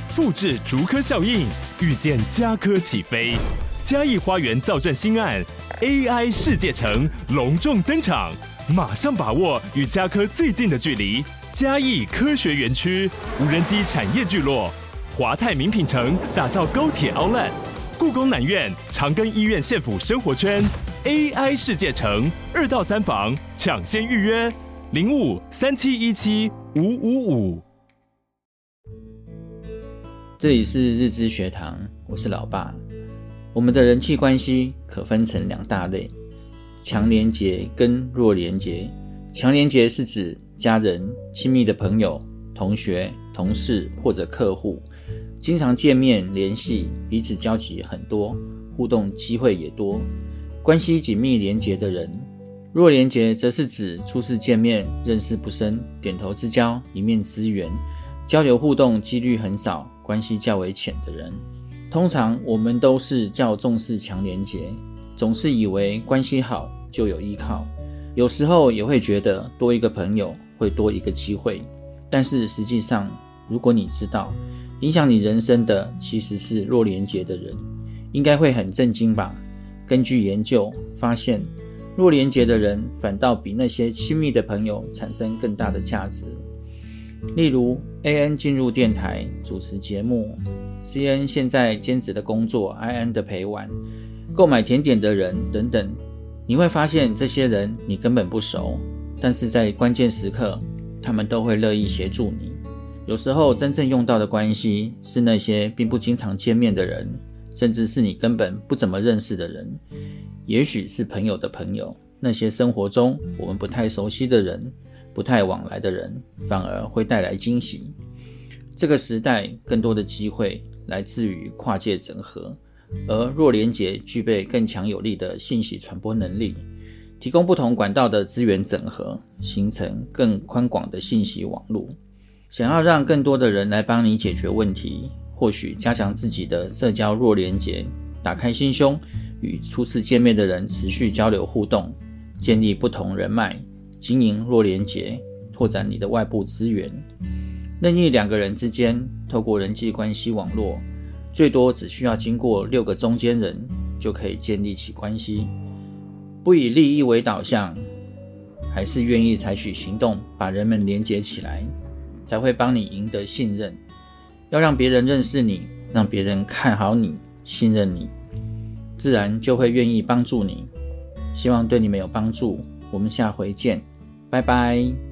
复制竹科效应，预见家科起飞。嘉义花园造镇新案 AI 世界城隆重登场，马上把握与家科最近的距离。嘉义科学园区、无人机产业聚落、华泰名品城打造高铁 Outlet， 故宫南院、长庚医院县府生活圈 AI 世界城2到3房抢先预约0537175555。 这里是日知学堂，我是老爸。我们的人际关系可分成2大类，强连结跟弱连结。强连结是指家人、亲密的朋友、同学、同事或者客户，经常见面联系，彼此交集很多，互动机会也多，关系紧密连结的人。弱连结则是指初次见面认识不深，点头之交，一面之缘，交流互动几率很少，关系较为浅的人。通常我们都是较重视强连结，总是以为关系好就有依靠，有时候也会觉得多一个朋友会多一个机会，但是实际上如果你知道影响你人生的其实是弱连结的人，应该会很震惊吧。根据研究发现，弱连结的人反倒比那些亲密的朋友产生更大的价值。例如 AN 进入电台主持节目， CN 现在兼职的工作 IN 的陪玩，购买甜点的人等等。你会发现这些人你根本不熟，但是在关键时刻他们都会乐意协助你。有时候真正用到的关系是那些并不经常见面的人，甚至是你根本不怎么认识的人，也许是朋友的朋友。那些生活中我们不太熟悉的人，不太往来的人，反而会带来惊喜。这个时代更多的机会来自于跨界整合，而弱连结具备更强有力的信息传播能力，提供不同管道的资源整合，形成更宽广的信息网络。想要让更多的人来帮你解决问题，或许加强自己的社交弱连结，打开心胸，与初次见面的人持续交流互动，建立不同人脉，经营弱连结，拓展你的外部资源。任意2个人之间透过人际关系网络，最多只需要经过6个中间人就可以建立起关系。不以利益为导向，还是愿意采取行动把人们连结起来，才会帮你赢得信任。要让别人认识你，让别人看好你，信任你，自然就会愿意帮助你。希望对你们有帮助，我们下回见，拜拜。